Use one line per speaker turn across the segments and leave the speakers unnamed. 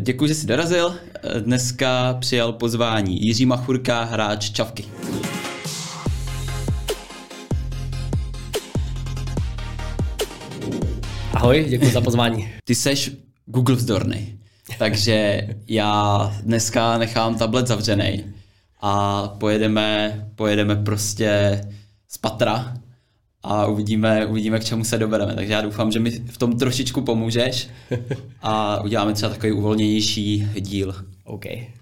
děkuji, že jsi dorazil. Dneska přijal pozvání Jiří Machurka, hráč Čavky.
Ahoj, děkuji za pozvání.
Ty seš Google vzdorný, takže já dneska nechám tablet zavřený a pojedeme prostě z patra a uvidíme, k čemu se dobereme. Takže já doufám, že mi v tom trošičku pomůžeš a uděláme třeba takový uvolněnější díl.
OK.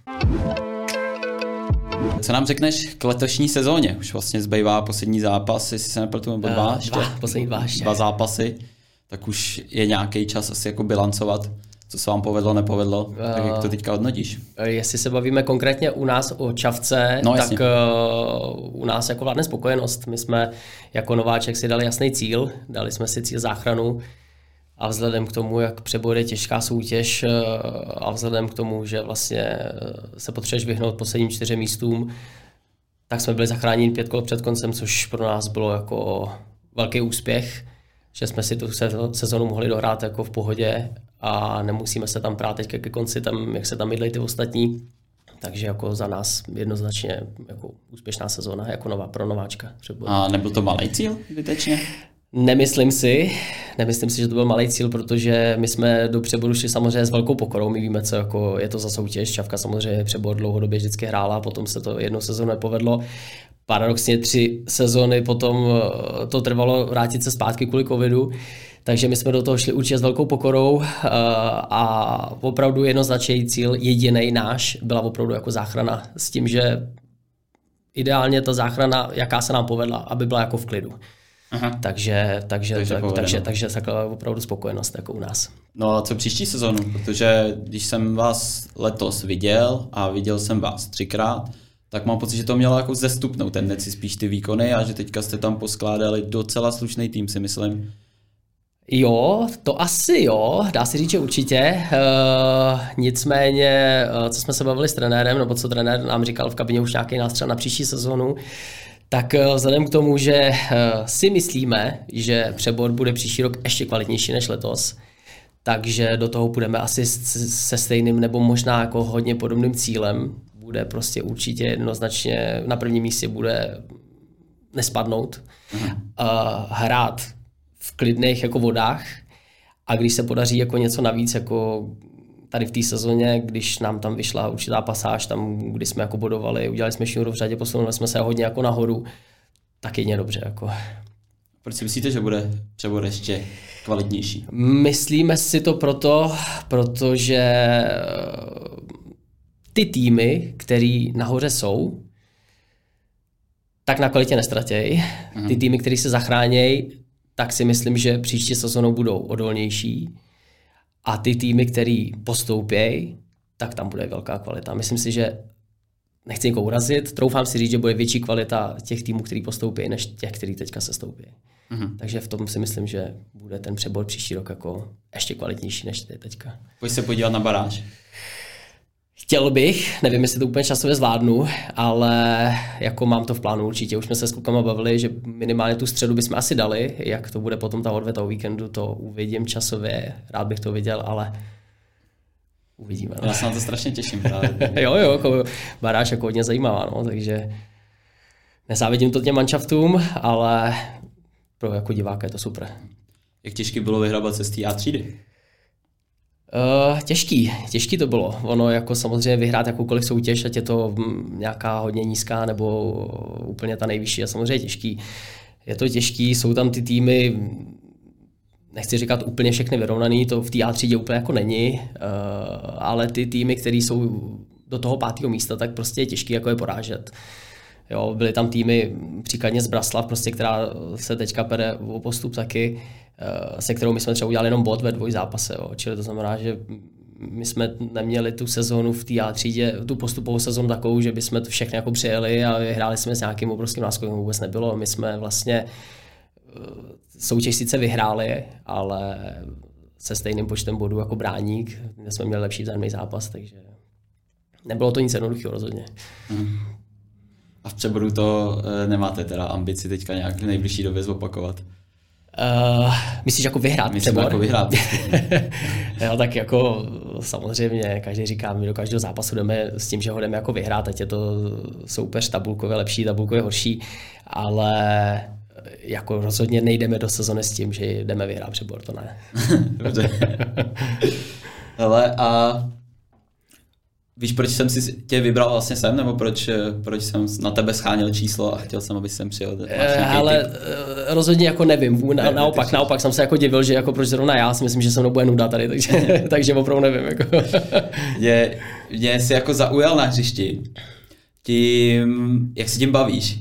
Co nám řekneš k letošní sezóně? Už vlastně zbývá poslední zápas, jestli se nepletu, nebo dva ještě.
Poslední dva ještě.
2 zápasy, tak už je nějaký čas asi jako bilancovat, co se vám povedlo, nepovedlo. Tak jak to teďka hodnotíš?
Jestli se bavíme konkrétně u nás o Čavce, tak u nás jako vládne spokojenost. My jsme jako nováček si dali jasný cíl, dali jsme si cíl záchranu a vzhledem k tomu, jak Přebor je těžká soutěž a vzhledem k tomu, že vlastně se potřebuješ vyhnout posledním 4 místům, tak jsme byli zachráněni 5 kol před koncem, což pro nás bylo jako velký úspěch, že jsme si tu sezonu mohli dohrát jako v pohodě a nemusíme se tam prát teď ke konci, tam, jak se tam mydlejí ty ostatní. Takže jako za nás jednoznačně jako úspěšná sezóna jako pro nováčka.
A nebyl to malý cíl vytečně?
Nemyslím si, že to byl malý cíl, protože my jsme do Přeboru šli samozřejmě s velkou pokorou. My víme, co jako je to za soutěž. Čavka samozřejmě Přebor dlouhodobě vždycky hrála, potom se to jednou sezónu nepovedlo. Paradoxně 3 sezóny potom to trvalo vrátit se zpátky kvůli covidu. Takže my jsme do toho šli určitě s velkou pokorou a opravdu jednoznačný cíl, jedinej náš, byla opravdu jako záchrana s tím, že ideálně ta záchrana, jaká se nám povedla, aby byla jako v klidu. Aha. Takže takhle opravdu spokojenost jako u nás.
No a co příští sezonu? Protože když jsem vás letos viděl a viděl jsem vás 3krát, tak mám pocit, že to mělo jako zestupnou tendenci spíš ty výkony a že teďka jste tam poskládali docela slušný tým, si myslím.
Jo, to asi jo, dá se říct, že určitě. Nicméně, co jsme se bavili s trenérem, nebo co trenér nám říkal v kabině už nějaký nástřel na příští sezónu, tak vzhledem k tomu, že si myslíme, že Přebor bude příští rok ještě kvalitnější než letos, takže do toho půjdeme asi se stejným nebo možná jako hodně podobným cílem. Bude prostě určitě jednoznačně na prvním místě bude nespadnout, hrát v klidných jako vodách a když se podaří jako něco navíc, jako tady v té sezóně, když nám tam vyšla určitá pasáž, tam, kdy jsme jako bodovali, udělali jsme šňůru v řadě, posunuli jsme se hodně jako nahoru, tak jedině dobře. Jako.
Proč si myslíte, že bude Přebor ještě kvalitnější?
Myslíme si to protože ty týmy, který nahoře jsou, tak na kvalitě nestratějí. Ty týmy, který se zachránějí, tak si myslím, že příští sezónou budou odolnější. A ty týmy, který postoupějí, tak tam bude velká kvalita. Myslím si, že nechci někoho urazit, troufám si říct, že bude větší kvalita těch týmů, který postoupí, než těch, který teďka se stoupí. Takže v tom si myslím, že bude ten Přebor příští rok jako ještě kvalitnější než teďka.
Pojď se podívat na baráž.
Chtěl bych, nevím, jestli to úplně časově zvládnu, ale jako mám to v plánu určitě. Už jsme se s klukama bavili, že minimálně tu středu bychom asi dali, jak to bude potom ta odveta o víkendu, to uvidím časově, rád bych to viděl, ale uvidíme. No.
Já se na to strašně těším.
jo, jako baráž jako hodně zajímavá, no, takže nezávidím to těm manšaftům, ale pro jako diváka je to super.
Jak těžký bylo vyhrabat se z té A třídy?
Těžký to bylo. Ono jako samozřejmě vyhrát jakoukoliv soutěž, ať je to nějaká hodně nízká nebo úplně ta nejvyšší, je samozřejmě těžký. Je to těžký, jsou tam ty týmy, nechci říkat úplně všechny vyrovnaný, to v té A třídě úplně jako není, ale ty týmy, které jsou do toho 5. místa, tak prostě je těžký jako je porážet. Jo, byly tam týmy, příkladně z Braslav, prostě, která se teďka pere o postup taky, se kterou my jsme třeba udělali jenom bod ve 2 zápase. Jo. Čili to znamená, že my jsme neměli tu sezónu v té A třídě, tu postupovou sezónu takovou, že bychom to všechny jako přijeli a hráli jsme s nějakým obrovským náskokem, vůbec nebylo. My jsme vlastně soutěž sice vyhráli, ale se stejným počtem bodů jako Bráník, kde jsme měli lepší vzájemný zápas, takže nebylo to nic jednoduchého rozhodně.
A v Přeboru to nemáte teda ambici teďka nějak v nejbližší době zopakovat?
Myslíš jako vyhrát
přebor? Jako vyhrát.
Jo, tak jako samozřejmě, každý říká, my do každého zápasu jdeme s tím, že ho jdeme jako vyhrát, ať je to soupeř tabulkově lepší, tabulkově horší, ale jako rozhodně nejdeme do sezony s tím, že jdeme vyhrát přebor, to ne.
Hele, a víš, proč jsem si tě vybral vlastně sem, nebo proč jsem na tebe scháněl číslo a chtěl jsem, abys sem přijel?
Ale rozhodně jako nevím, naopak jsem se jako divil, že jako proč zrovna já si myslím, že se mnou bude nuda tady, takže opravdu nevím. Jako.
Mě jsi jako zaujal na hřišti tím, jak se tím bavíš.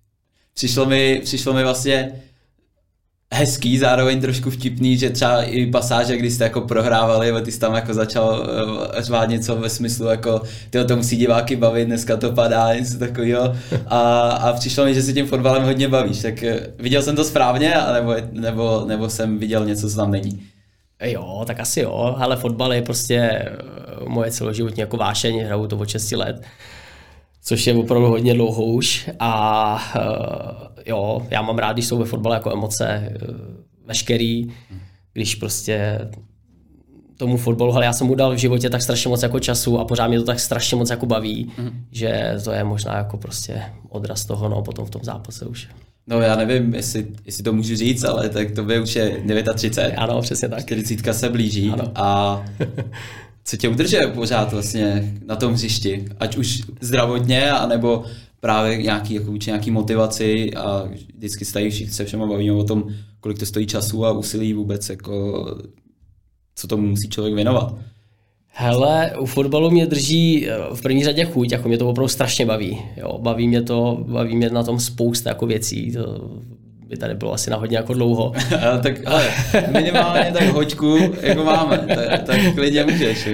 Přišlo mi vlastně hezký, zároveň trošku vtipný, že třeba i pasáže, když jste jako prohrávali, ty jsi tam jako začal řvát něco ve smyslu jako to musí diváky bavit, dneska to padá, něco takového. A přišlo mi, že se tím fotbalem hodně bavíš. Tak viděl jsem to správně, nebo jsem viděl něco, co tam není?
Jo, tak asi jo, ale fotbal je prostě moje celoživotní jako vášeň, hraju to od 6 let. Což je opravdu hodně dlouho už a jo, já mám rád, když jsou ve fotbale jako emoce veškerý, když prostě tomu fotbalu, ale já jsem mu dal v životě tak strašně moc jako času a pořád mě to tak strašně moc jako baví, že to je možná jako prostě odraz toho, no potom v tom zápase už.
No já nevím, jestli to můžu říct, ale tak to by už je 39.
Ano, přesně tak.
40 se blíží
ano.
A co tě udržuje pořád vlastně na tom hřišti, ať už zdravotně, anebo právě nějaký motivaci a vždycky se všema bavíme o tom, kolik to stojí času a úsilí vůbec, jako, co tomu musí člověk věnovat.
Hele, u fotbalu mě drží v první řadě chuť, jako mě to opravdu strašně baví. Jo, baví mě na tom spousta jako věcí. To by tady bylo asi na hodně jako dlouho.
Tak ale minimálně tak hoďku, jako máme, tak klidně můžeš.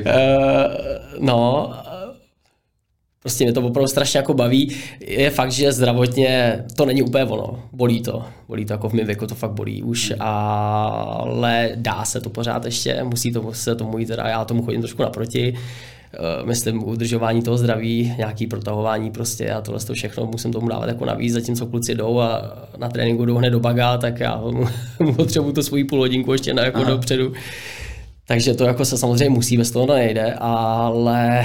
No, prostě mě to opravdu strašně jako baví. Je fakt, že zdravotně to není úplně ono. Bolí to jako v mém věku, to fakt bolí už, ale dá se to pořád ještě, musí to se tomu jít, teda já tomu chodím trošku naproti. Myslím udržování toho zdraví, nějaký protahování prostě a tohle všechno musím tomu dávat jako navíc, zatímco kluci jdou a na tréninku jdou hned do baga, tak já potřebuju tu svoji půl hodinku ještě jako dopředu. Takže to jako se samozřejmě musí, bez toho nejde, ale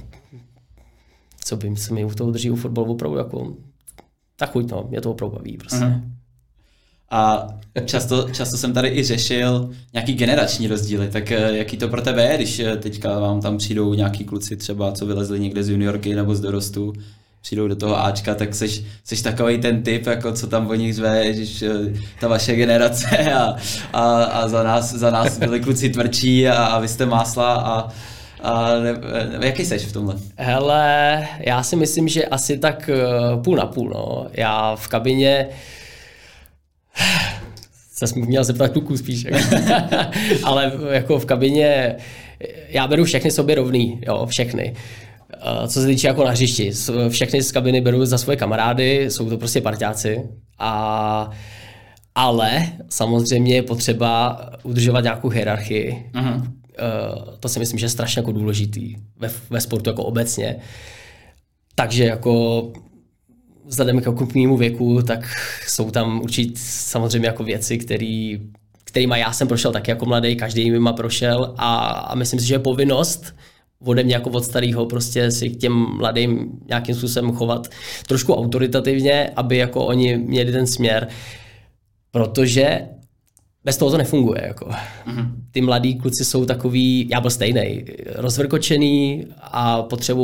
co by se mi u toho drží u fotbalu opravdu jako ta chuť, no, mě to opravdu baví prostě.
A často jsem tady i řešil nějaký generační rozdíly, tak jaký to pro tebe je, když teďka vám tam přijdou nějaký kluci třeba, co vylezli někde z juniorky nebo z dorostu, přijdou do toho Ačka, tak seš takovej ten typ, jako co tam o nich řve, ježiš, ta vaše generace a za nás byli kluci tvrdší a vy jste másla a jaký seš v tomhle?
Hele, já si myslím, že asi tak půl na půl, no. Já v kabině se měl zeptat kluků spíš, ale jako v kabině já beru všechny sobě rovný, jo, všechny. Co se týče jako na hřišti, všechny z kabiny beru za svoje kamarády, jsou to prostě parťáci, ale samozřejmě je potřeba udržovat nějakou hierarchii. To si myslím, že je strašně jako důležitý ve sportu jako obecně. Takže jako vzhledem k mému věku, tak jsou tam určitě samozřejmě jako věci, kterýma já jsem prošel taky jako mladý, každý jima prošel a myslím si, že je povinnost ode mě jako od starého prostě si k těm mladým nějakým způsobem chovat trošku autoritativně, aby jako oni měli ten směr, protože bez toho to nefunguje. Jako. Ty mladí kluci jsou takový, já byl stejnej, rozvrkočený a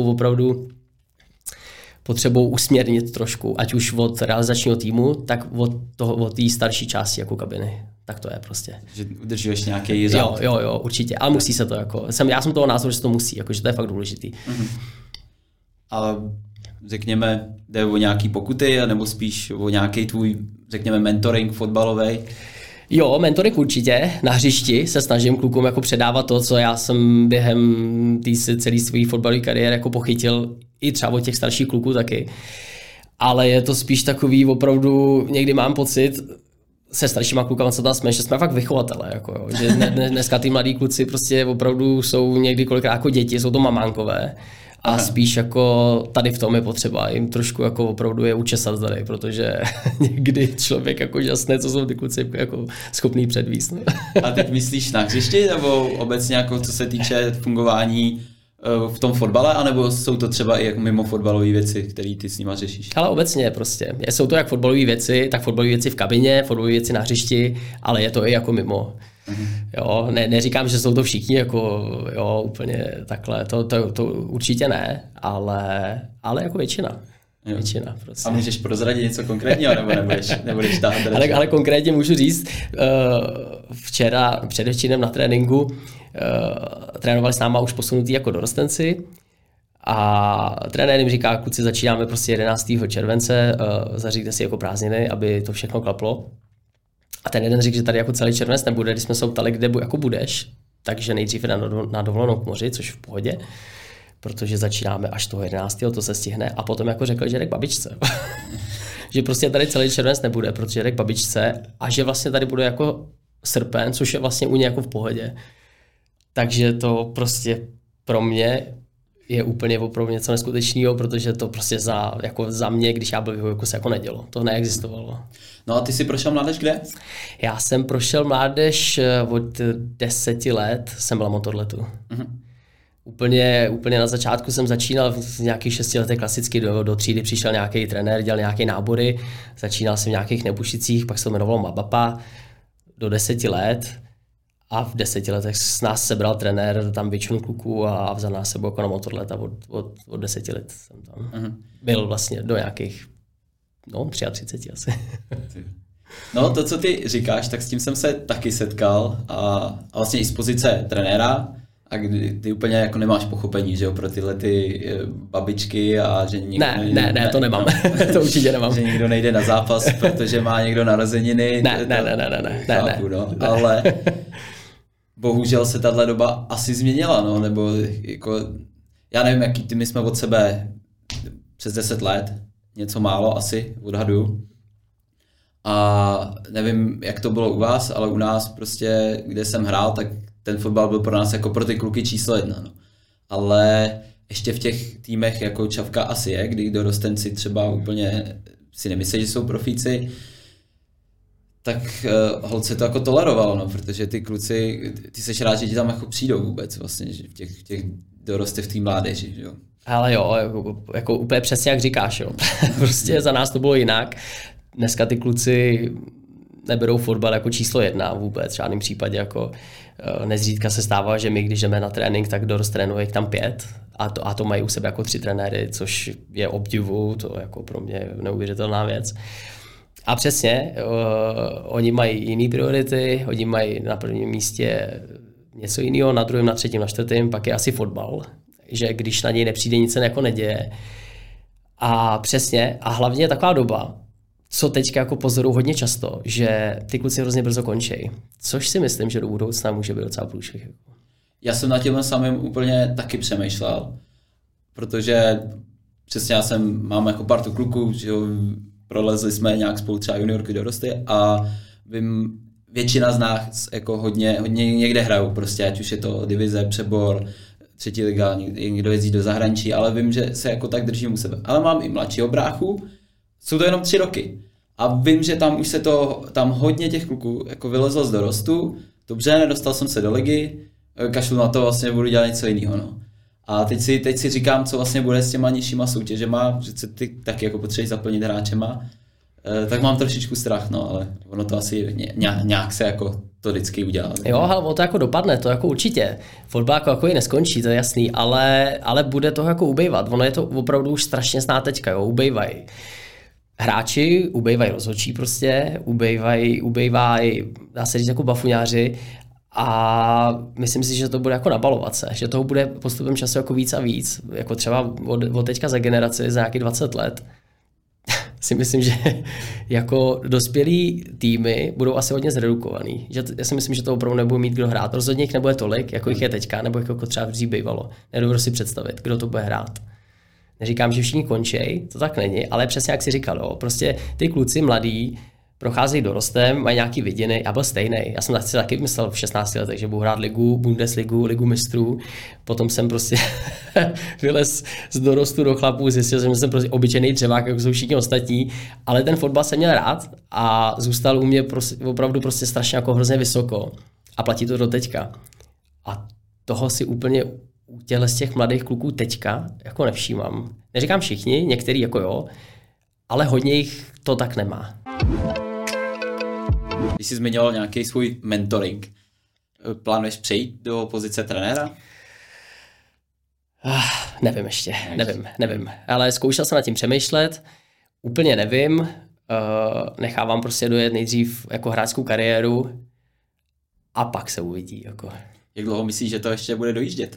potřebují usměrnit trošku, ať už od realizačního týmu, tak od té starší části jako kabiny. Tak to je prostě.
Že udržuješ nějaký řád.
Jo, určitě. Ale musí se to jako. Já jsem toho názoru, že se to musí, jako, že to je fakt důležitý.
Ale řekněme, jde o nějaký pokuty, nebo spíš o nějaký tvůj, řekněme, mentoring fotbalový?
Jo, mentoring určitě. Na hřišti se snažím klukům jako předávat to, co já jsem během té celé své fotbalové kariéry jako pochytil i třeba od těch starších kluků taky. Ale je to spíš takový opravdu, někdy mám pocit, se staršíma klukama, co tam jsme, že jsme fakt vychovatelé. Jako jo. Že dneska ty mladí kluci prostě opravdu jsou někdy kolikrát jako děti, jsou to mamánkové. A spíš jako tady v tom je potřeba jim trošku jako opravdu je učesat tady, protože někdy člověk jako žasne, co jsou ty kluci jako schopný předvíst.
A teď myslíš na hřišti nebo obecně jako co se týče fungování v tom fotbale, anebo jsou to třeba i jako mimo fotbalové věci, které ty s nima řešíš?
Ale obecně prostě. Jsou to jak fotbalové věci, tak fotbalové věci v kabině, fotbalové věci na hřišti, ale je to i jako mimo. Jo, neříkám, že jsou to všichni jako jo, úplně takhle, to určitě ne, ale jako většina. Většina, prostě.
A můžeš prozradit něco konkrétního, nebo nebudeš táhat?
Ale konkrétně můžu říct, předevčírem na tréninku trénovali s náma už posunutý jako dorostenci a trenér jim říká, kluci, začínáme prostě 11. července, zaříďte si jako prázdniny, aby to všechno klaplo. A ten jeden řekl, že tady jako celý červenec nebude, když jsme se ptali, kde jako budeš, takže nejdřív na dovolenou k moři, což v pohodě, protože začínáme až toho 11. to se stihne a potom jako řekl, že jde k babičce. Že prostě tady celý červenec nebude, protože jde k babičce a že vlastně tady bude jako srpen, což je vlastně u něj jako v pohodě. Takže to prostě pro mě je úplně opravdu něco neskutečného, protože to prostě za mě, když já byl v vývoju, se jako nedělo. To neexistovalo.
No a ty jsi prošel mládež kde?
Já jsem prošel mládež od 10 let, jsem byl na motorletu. Mm-hmm. Úplně na začátku jsem začínal v nějakých 6 letech klasicky, do třídy přišel nějaký trenér, dělal nějaké nábory, začínal jsem v nějakých Nebušicích, pak se to jmenovalo Mabapa do 10 let. A v 10 letech s nás sebral trenér tam většinu kluků a vzal nás sebou jako na motorlet a od 10 let jsem tam byl vlastně do nějakých 33 asi.
No to, co ty říkáš, tak s tím jsem se taky setkal a vlastně i z pozice trenéra a kdy ty úplně jako nemáš pochopení, že jo, pro tyhle ty babičky a že nikdo
ne, to nemám, to určitě nemám.
Že nikdo nejde na zápas, protože má někdo narozeniny.
Ne.
No, ale bohužel se tahle doba asi změnila, no, nebo jako, já nevím, jaký my jsme od sebe přes 10 let, něco málo asi, odhaduju. A nevím, jak to bylo u vás, ale u nás prostě, kde jsem hrál, tak ten fotbal byl pro nás jako pro ty kluky číslo 1. No. Ale ještě v těch týmech jako Čavka asi je, kdy dorostenci třeba úplně si nemyslí, že jsou profíci, tak holce to jako tolerovalo, no, protože ty kluci, ty seš rád, že ti tam jako přijdou vůbec vlastně, že v těch dorostech v té mládeži, že jo.
Ale jo, jako úplně přesně jak říkáš, jo. Prostě za nás to bylo jinak. Dneska ty kluci neberou fotbal jako číslo 1 vůbec, v žádném případě. Jako, nezřídka se stává, že my, když jdeme na trénink, tak dorost trénuje tam 5 a to mají u sebe jako 3 trenéry, což je obdivu, to jako pro mě neuvěřitelná věc. A přesně, oni mají jiné priority, oni mají na prvním místě něco jiného, na druhém, na třetím, na čtvrtém, pak je asi fotbal, že když na něj nepřijde, nic se jako neděje. A přesně, a hlavně je taková doba, co teďka jako pozoruju hodně často, že ty kluci hrozně brzo končí, což si myslím, že do budoucna může být docela průšvih.
Já jsem nad tím samým úplně taky přemýšlel, protože přesně mám jako partu kluků, že jo, prolezli jsme nějak spolu třeba juniorky dorosty a vím, většina z nás jako hodně někde hrajou prostě, ať už je to divize, přebor, 3. liga, někdo jezdí do zahraničí, ale vím, že se jako tak držím u sebe. Ale mám i mladšího bráchu, jsou to jenom 3 roky. A vím, že tam už se tam hodně těch kluků jako vylezlo z dorostu, dobře, nedostal jsem se do ligy, kašlu na to, vlastně budu dělat něco jiného. No. A teď si říkám, co vlastně bude s těma nižšíma soutěžema, že se ty taky jako potřebují zaplnit hráčema, tak mám trošičku strach, no, ale ono to asi nějak se jako to vždycky udělá.
Jo, ale to jako dopadne, to jako určitě. Fotbal jako i neskončí, to je jasný, ale bude toho jako ubejvat. Ono je to opravdu už strašně znát teďka, jo, ubejvají hráči, ubejvají rozhodčí prostě, ubejvají, dá se říct, jako bafuňáři a myslím si, že to bude jako nabalovat se, že toho bude postupem času jako víc a víc, jako třeba od teďka za generaci, za nějaký 20 let. Si myslím, že jako dospělí týmy budou asi hodně zredukovaný. Že já si myslím, že to opravdu nebude mít kdo hrát. Rozhodně jich nebude tolik, jako jich je teďka, nebo jako třeba dřív bývalo. Nedovedu si představit, kdo to bude hrát. Neříkám, že všichni končí, to tak není, ale přesně jak jsi říkal, jo, prostě ty kluci mladí procházejí dorostem, mají nějaký vidiny, já byl stejný. Já jsem si taky myslel v 16 letech, že budu hrát ligu, Bundesligu, ligu mistrů. Potom jsem prostě vylez z dorostu do chlapů, zjistil jsem, že jsem prostě obyčejný dřevák, jako jsou všichni ostatní, ale ten fotbal jsem měl rád a zůstal u mě opravdu prostě strašně jako hrozně vysoko a platí to do teďka. A toho si úplně u z těch mladých kluků teďka jako nevšímám. Neříkám všichni, některý jako jo, ale hodně jich to tak nemá.
Když jsi zmiňoval nějaký svůj mentoring, plánuješ přejít do pozice trenéra?
Nevím ještě, nevím. Ale zkoušel jsem nad tím přemýšlet, úplně nevím, nechávám prostě dojet nejdřív jako hráčskou kariéru a pak se uvidí. Jako.
Jak dlouho myslíš, že to ještě bude dojíždět?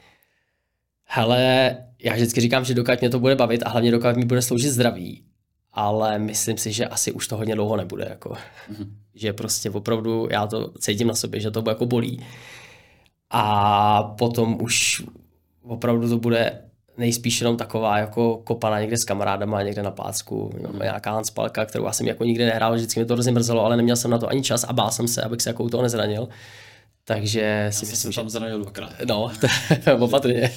Hele, já vždycky říkám, že dokud mě to bude bavit a hlavně dokud mi bude sloužit zdraví, ale myslím si, že asi už to hodně dlouho nebude. Jako. Že prostě opravdu já to cítím na sobě, že to jako bolí. A potom už opravdu to bude nejspíš jenom taková jako kopana někde s kamarádama, někde na plácku, nějaká handspalka, kterou já jsem jako nikdy nehrál, vždycky mi to hrozně mrzelo, ale neměl jsem na to ani čas a bál jsem se, abych se jako u toho nezranil. Takže si myslím, že...
tam zranil dvakrát.
No, opatrně.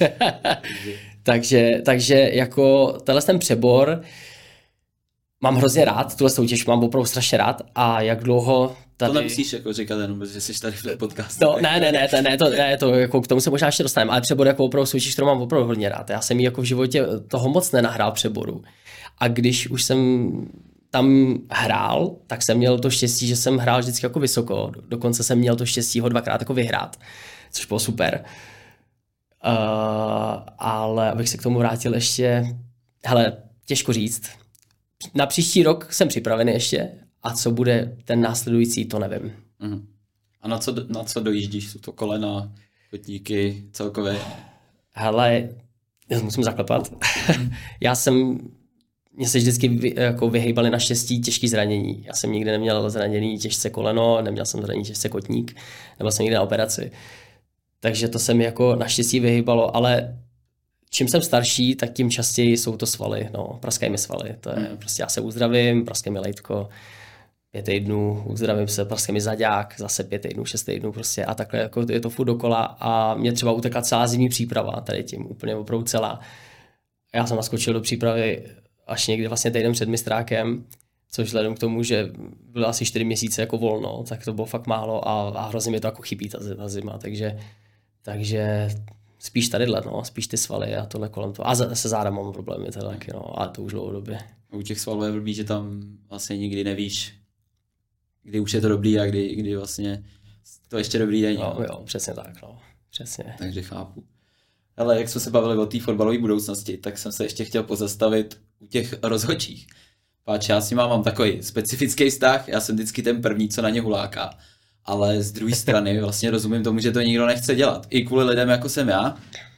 takže jako ten přebor mám hrozně rád, tuhle soutěž mám opravdu strašně rád a jak dlouho tady...
To nemusíš jako říkat jenom, že jsi tady v tom podcastu.
No, ne, to jako k tomu se možná ještě dostaneme, ale přebor jako opravdu soutěž, kterou mám opravdu hodně rád. Já jsem jí jako v životě toho moc nenahrál přeboru. A když už jsem tam hrál, tak jsem měl to štěstí, že jsem hrál vždycky jako vysoko. Dokonce jsem měl to štěstí ho dvakrát jako vyhrát, což bylo super. Ale abych se k tomu vrátil ještě, hele, těžko říct. Na příští rok jsem připravený ještě a co bude ten následující, to nevím.
A na co dojíždíš? Jsou to kolena, kotníky, celkově?
Hele, já musím zaklepat. Mně se vždycky jako vyhejbaly naštěstí těžké zranění. Já jsem nikdy neměl zraněný těžce koleno, neměl jsem zraněný těžce kotník, nebyl jsem nikdy na operaci. Takže to se mi jako naštěstí vyhejbalo, ale čím jsem starší, tak tím častěji jsou to svaly, praskají mi svaly. To je prostě já se uzdravím, praskají mi lejtko, 5 týdnů, uzdravím se, praskají mi zaďák, zase 5 týdnů, 6 týdnů prostě a takhle jako je to furt dokola a mě třeba utekla celá zimní příprava tady tím, úplně opravdu celá. Já jsem naskočil do přípravy až někdy vlastně týden před mistrákem, což vzhledem k tomu, že bylo asi 4 měsíce jako volno, tak to bylo fakt málo a hrozně mi to jako chybí ta zima, takže spíš tadyhle, spíš ty svaly a tohle kolem toho. A se zádem mám problémy teda taky, a to už dlouhodobě.
U těch svalů je blbý, že tam vlastně nikdy nevíš, kdy už je to dobrý a kdy vlastně to ještě dobrý není.
Jo, přesně tak, přesně.
Takže chápu. Ale jak jsme se bavili o té fotbalové budoucnosti, tak jsem se ještě chtěl pozastavit u těch rozhodčích. Páč, já s nima mám takový specifický vztah, já jsem vždycky ten první, co na ně huláká. Ale z druhé strany vlastně rozumím tomu, že to nikdo nechce dělat. I kvůli lidem, jako jsem já.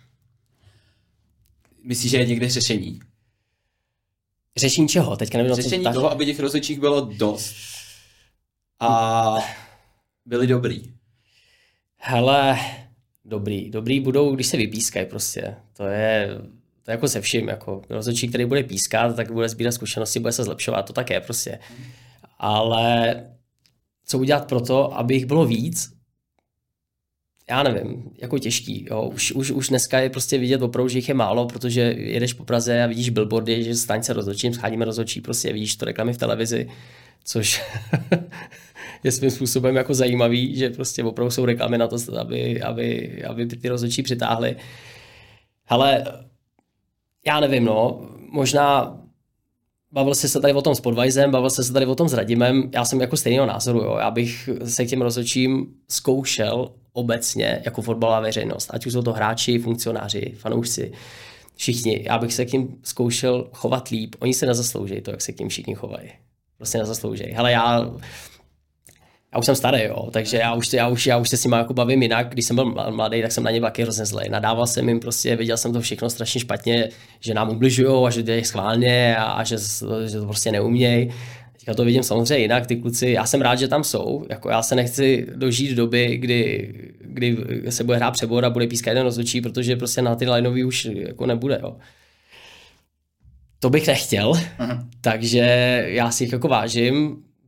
Myslíš, že je někde řešení?
Řešení čeho? Teďka nevím,
řešení toho, aby těch rozhodčích bylo dost. A byli dobrý.
Hele, dobrý budou, když se vypískají prostě. To je jako se vším. Jako rozhodčí, který bude pískat, tak bude sbírat zkušenosti, bude se zlepšovat. To tak je prostě. Ale co udělat pro to, aby jich bylo víc? Já nevím, jako těžký. Jo. Už dneska je prostě vidět opravdu, že jich je málo, protože jedeš po Praze a vidíš billboardy, že staň se rozhodčím, scháníme rozhodčí, prostě vidíš to reklamy v televizi, což je svým způsobem jako zajímavý, že prostě opravdu jsou reklamy na to, aby ty rozhodčí přitáhli. Ale já nevím, možná bavil jsi se tady o tom s Podvajzem, bavil jsi se tady o tom s Radimem, já jsem jako stejného názoru, jo. Já bych se k těm rozhodčím zkoušel obecně jako fotbalová veřejnost, ať už jsou to hráči, funkcionáři, fanoušci, všichni, já bych se k tím zkoušel chovat líp, oni se nezaslouží to, jak se k tím všichni chovají, prostě nezaslouží. Hele, já už jsem starý, jo, takže já už se s nimi jako bavím jinak. Když jsem byl mladý, tak jsem na ně taky hrozně zlej. Nadával jsem jim prostě, viděl jsem to všechno strašně špatně, že nám ubližujou a že dělají schválně a že to prostě neumějí. Teďka to vidím samozřejmě jinak, ty kluci, já jsem rád, že tam jsou, jako já se nechci dožít doby, kdy se bude hrát přebor a bude pískat jeden rozhodčí, protože prostě na ty lineový už jako nebude, jo. To bych nechtěl, takže já si jich jako vážím.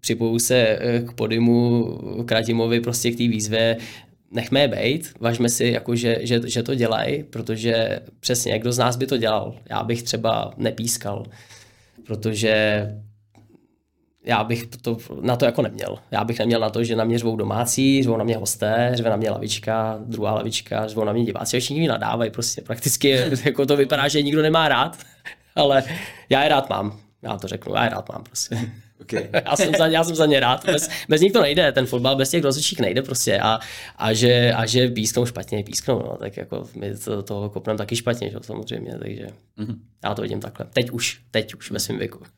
připoju se k Podimu, k Radimovi, prostě k té výzvě, nechme je bejt, važme si, jako, že to dělají, protože přesně, kdo z nás by to dělal. Já bych třeba nepískal, protože já bych na to jako neměl. Já bych neměl na to, že na mě řvou domácí, řvou na mě hosté, řve na mě lavička, druhá lavička, řvou na mě diváci, všichni nadávají prostě. Prakticky jako to vypadá, že nikdo nemá rád, ale já je rád mám. Já to řeknu, já je rád mám prostě.
Okay.
Já jsem za ně rád. Bez nich to nejde, ten fotbal bez těch rozhodčích nejde prostě. A že písknou špatně, písknou, no, tak jako my to kopneme taky špatně, že, samozřejmě, takže já to vidím takhle. Teď už ve svém věku.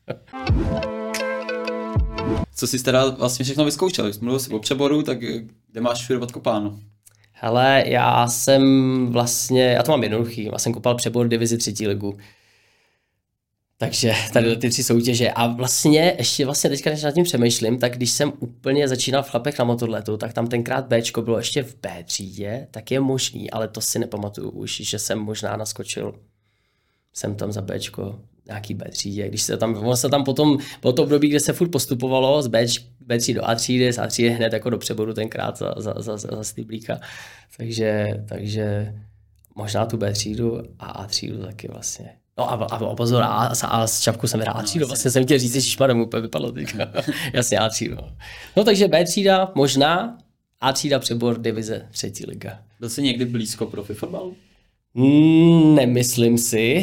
Co jsi teda vlastně všechno vyzkoušel? Když jsi mluvil o přeboru, tak kde máš všude odkopáno?
Hele, já to mám jednoduchý, já jsem kopal přebor divizi 3. ligu. Takže tady ty 3 soutěže. A ještě teďka, když nad tím přemýšlím, tak když jsem úplně začínal v Chlapech na motorletu, tak tam tenkrát Bčko bylo ještě v B třídě, tak je možný, ale to si nepamatuju už, že jsem možná naskočil. Jsem tam za Bčko, nějaký B třídě. Když se tam potom, po to období, kde se furt postupovalo z B3 do A třídy, z A třídy hned jako do přeboru tenkrát za Stýblíka. Takže možná tu B třídu a třídu taky vlastně. No a pozor, a z Čapku jsem vyhrál A třídu, vlastně jsem chtěl říct, že šmadem úplně vypadlo teďka. Jasně, A třídu. No takže B třída možná, A třída přebor divize 3. liga.
Byl jsi někdy blízko profi fotbalu?
Nemyslím si.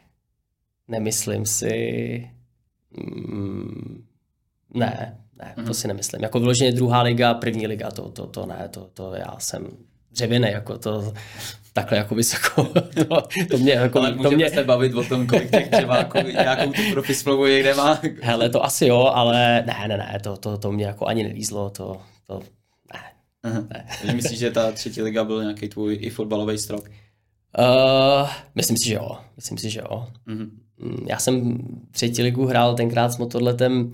Ne, to si nemyslím. Jako vyloženě 2. liga, 1. liga, to ne, to já jsem dřevěnej, jako to takhle jako vysoko. to mě jako...
Ale můžeme se bavit o tom, kolik těch dřeváků nějakou tu profi smlouvu někde má.
Hele, to asi jo, ale ne, to mě jako ani nelízlo, to ne.
Takže myslíš, že ta 3. liga byl nějaký tvůj i fotbalový strop?
Myslím si, že jo. Já jsem 3. ligu hrál tenkrát s motorletem,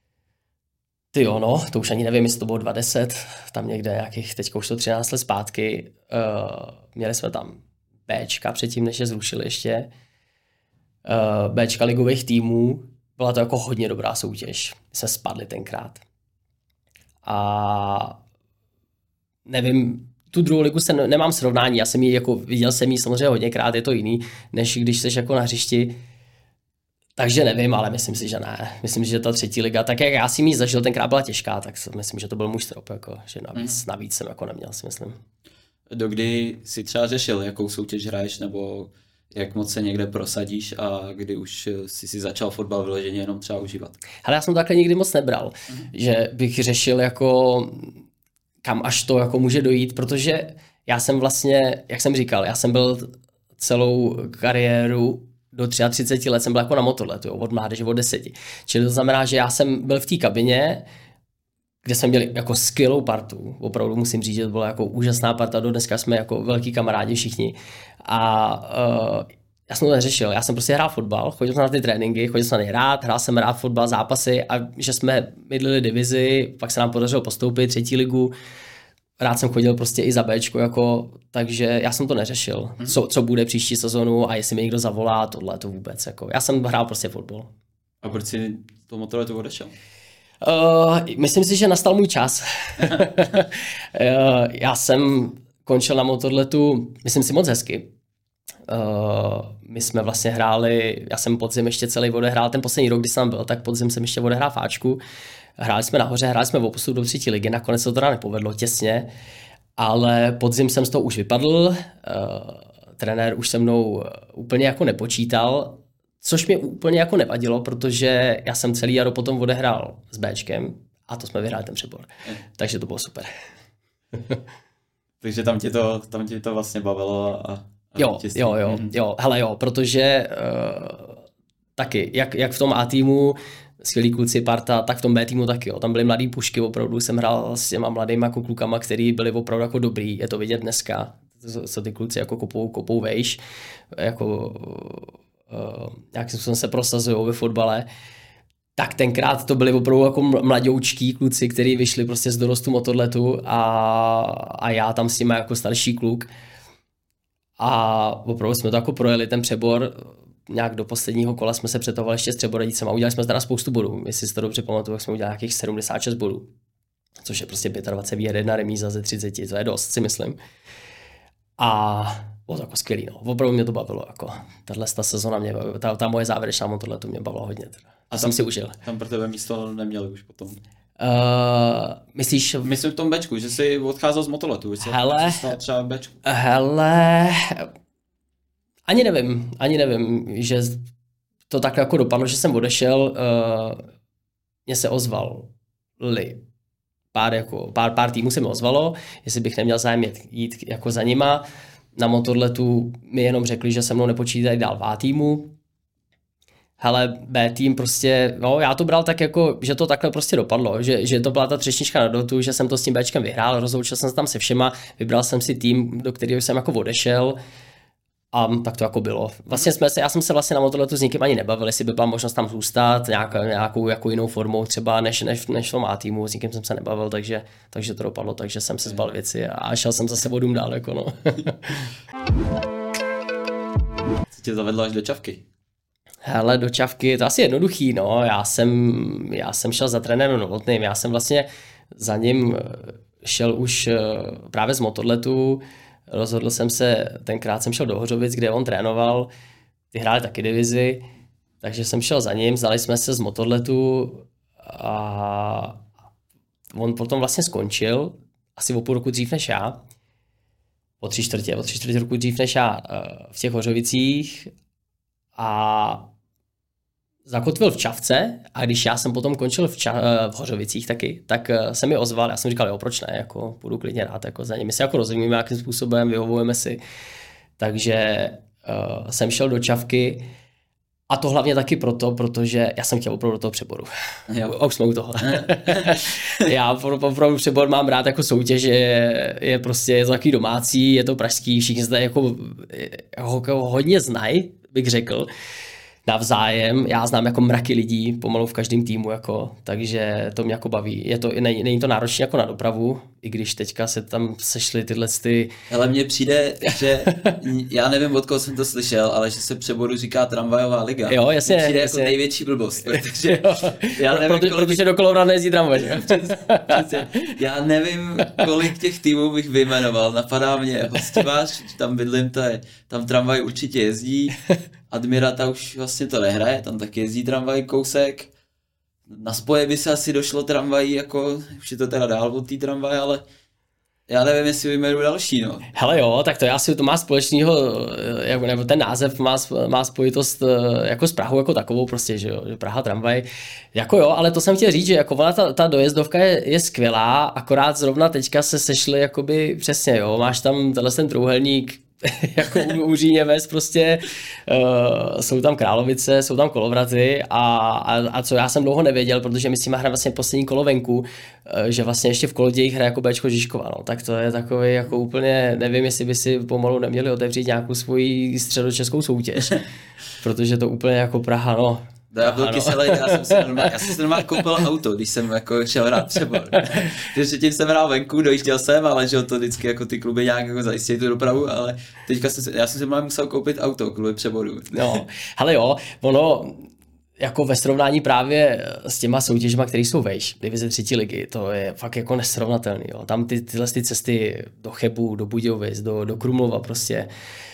to už ani nevím, jestli to bylo 2010, tam někde nějakých, teďka už to 13 let zpátky. Měli jsme tam Bčka předtím, než je zrušili ještě. Bčka ligových týmů, byla to jako hodně dobrá soutěž. My jsme spadli tenkrát. A nevím, tu 2. ligu nemám srovnání, já jsem viděl jsem ji samozřejmě hodněkrát, je to jiný, než když jsi jako na hřišti. Takže nevím, ale myslím si, že ne. Myslím, že ta 3. liga, tak jak já si ji zažil, tenkrát byla těžká, tak myslím, že to byl můj strop, jako, že navíc jsem jako neměl, si myslím.
Dokdy si třeba řešil, jakou soutěž hraješ, nebo jak moc se někde prosadíš a kdy už si začal fotbal vyloženě jenom třeba užívat?
Ale já jsem to takhle nikdy moc nebral, že bych řešil jako kam až to jako může dojít, protože já jsem vlastně, jak jsem říkal, já jsem byl celou kariéru do 33 let jsem byl jako na motorletu, od mládeže, od 10. Čili to znamená, že já jsem byl v té kabině, kde jsme měli jako skvělou partu, opravdu musím říct, že to byla jako úžasná parta, do dneska jsme jako velkí kamarádi všichni. A já jsem to neřešil, já jsem prostě hrál fotbal, chodil jsem na ty tréninky, chodil jsem na ně rád, hrál jsem rád fotbal, zápasy a že jsme mydlili divizi, pak se nám podařilo postoupit 3. ligu. Rád jsem chodil prostě i za Bčko, jako, takže já jsem to neřešil, co bude příští sezonu a jestli mi někdo zavolá, tohle to vůbec. Jako. Já jsem hrál prostě fotbal.
A proč jsi to motorletu odešel?
Myslím si, že nastal můj čas. Já jsem končil na motorletu, myslím si moc hezky. My jsme vlastně hráli, já jsem podzim ještě celý odehrál, ten poslední rok, kdy jsem byl, tak podzim jsem ještě odehrál fáčku. Hráli jsme nahoře, hráli jsme o postup do 3. ligy, nakonec se to teda nepovedlo těsně, ale podzim jsem z toho už vypadl, trenér už se mnou úplně jako nepočítal, což mě úplně jako nevadilo, protože já jsem celý jaro potom odehrál s Bčkem a to jsme vyhráli ten přebor, takže to bylo super.
Takže tam tě to vlastně bavilo a
Jo, hele jo, protože taky, jak v tom A týmu, skvělí kluci, parta, tak v tom B týmu taky, jo. Tam byly mladý pušky, opravdu jsem hrál s těma mladýma jako klukama, který byli opravdu jako dobrý, je to vidět dneska, co ty kluci jako kopou vejš, jako nějakým způsobem se prosazují ve fotbale. Tak tenkrát to byli opravdu jako mladoučký kluci, kteří vyšli prostě z dorostu motorletu a já tam s nimi jako starší kluk. A opravdu jsme to jako projeli ten přebor. nějak do posledního kola jsme se přetahovali ještě s Třeboradicem a udělali jsme teda spoustu bodů. Jestli si to dobře pamatuju, jak jsme udělali nějakých 76 bodů. Což je prostě 25 výher, 1 remíza ze 30, to je dost, si myslím. A bylo to jako skvělý, no. Opravdu mě to bavilo, jako tahle sezona mě bavila, ta moje závěrečná motorle, to mě bavilo hodně. Teda. A jsem si užil.
Tam pro tebe místo neměli už potom.
Myslíš?
Myslím v tom Bčku, že jsi odcházel z motorletu, že jsi stal třeba v Bčku.
Hele, ani nevím, že to tak jako dopadlo, že jsem odešel, mně se ozvali pár týmů se mi ozvalo, jestli bych neměl zájem jít jako za nima. Na motorletu mi jenom řekli, že se mnou nepočítají dál v A týmu. Hele, B tým prostě, no já to bral tak jako, že to takhle prostě dopadlo, že to byla ta třešnička na dortu, že jsem to s tím Bčkem vyhrál, rozloučil jsem se tam se všema, vybral jsem si tým, do kterého jsem jako odešel a tak to jako bylo. Vlastně já jsem se vlastně na motorletu s nikým ani nebavil, jestli by byla možnost tam zůstat nějakou jako jinou formou třeba než v tom A týmu, s nikým jsem se nebavil, takže to dopadlo, takže jsem se zbal věci a šel jsem zase vodům dál, jako no.
Co tě zavedlo až do Čavky?
Hele, do Čavky, to asi jednoduchý, no, já jsem šel za trenérem Novotným, já jsem vlastně za ním šel už právě z motorletu, rozhodl jsem se, tenkrát jsem šel do Hořovic, kde on trénoval, ty hráli taky divizi, takže jsem šel za ním, znali jsme se z motorletu a on potom vlastně skončil, asi o půl roku dřív než já, o tři čtvrtě roku dřív než já v těch Hořovicích a zakotvil v Čavce a když já jsem potom končil v Hořovicích taky, tak se mi ozval, já jsem říkal, jo, proč ne, jako budu klidně rád jako za ním, my se jako rozumíme nějakým způsobem, vyhovujeme si, takže jsem šel do Čavky a to hlavně taky proto, protože já jsem chtěl opravdu do toho přeboru. A už jsme u toho. Já opravdu přebor mám rád jako soutěž, je prostě je to takový domácí, je to pražský, všichni zde jako hodně znají, bych řekl, navzájem. Já znám jako mraky lidí pomalu v každém týmu, jako, takže to mě jako baví. Není to náročné jako na dopravu, i když teďka se tam sešly tyhle ty...
Ale mně přijde, že já nevím, od koho jsem to slyšel, ale že se přeboru říká tramvajová liga.
Jo, jasně.
Mně přijde
jasně.
jako největší blbost, protože já nevím,
protože do Kolovrat nejezdí tramvaj.
Já nevím, kolik těch týmů bych vyjmenoval. Napadá mě Hostivář, tam bydlím, tam tramvaj určitě jezdí. Admirata už vlastně to nehraje, tam taky jezdí tramvaj kousek. Na Spoje by se asi došlo tramvají, jako už je to teda dál od té tramvaje, ale já nevím, jestli vyjmenuji další, no.
Hele jo, tak to asi to má společného, nebo ten název má spojitost jako s Prahou jako takovou prostě, že jo, že Praha tramvaj. Jako jo, ale to jsem chtěl říct, že jako ona ta dojezdovka je skvělá, akorát zrovna teďka se sešly jakoby přesně, jo, máš tam ten trůhelník, jako u Říněvec prostě, jsou tam Královice, jsou tam Kolovraty a co já jsem dlouho nevěděl, protože my s tím hrajeme vlastně poslední kolo venku, že vlastně ještě v Kolodějích hraje jako Bčko Žižkova, no, tak to je takový jako úplně, nevím, jestli by si pomalu neměli otevřít nějakou svoji středočeskou soutěž, protože to úplně jako Praha, no.
Já byl kyselý, já jsem si normálně koupil auto, když jsem jako šel hrát přebor. Takže tím jsem hrál venku, dojížděl jsem, ale že to vždycky jako ty kluby nějak jako zajistí tu dopravu, ale teďka já jsem si musel koupit auto kvůli přeboru.
No, hele jo, ono jako ve srovnání právě s těma soutěžma, které jsou vejš, divize 3. ligy, to je fakt jako nesrovnatelný, jo. Tam tyhle cesty do Chebu, do Budějovic, do Krumlova prostě,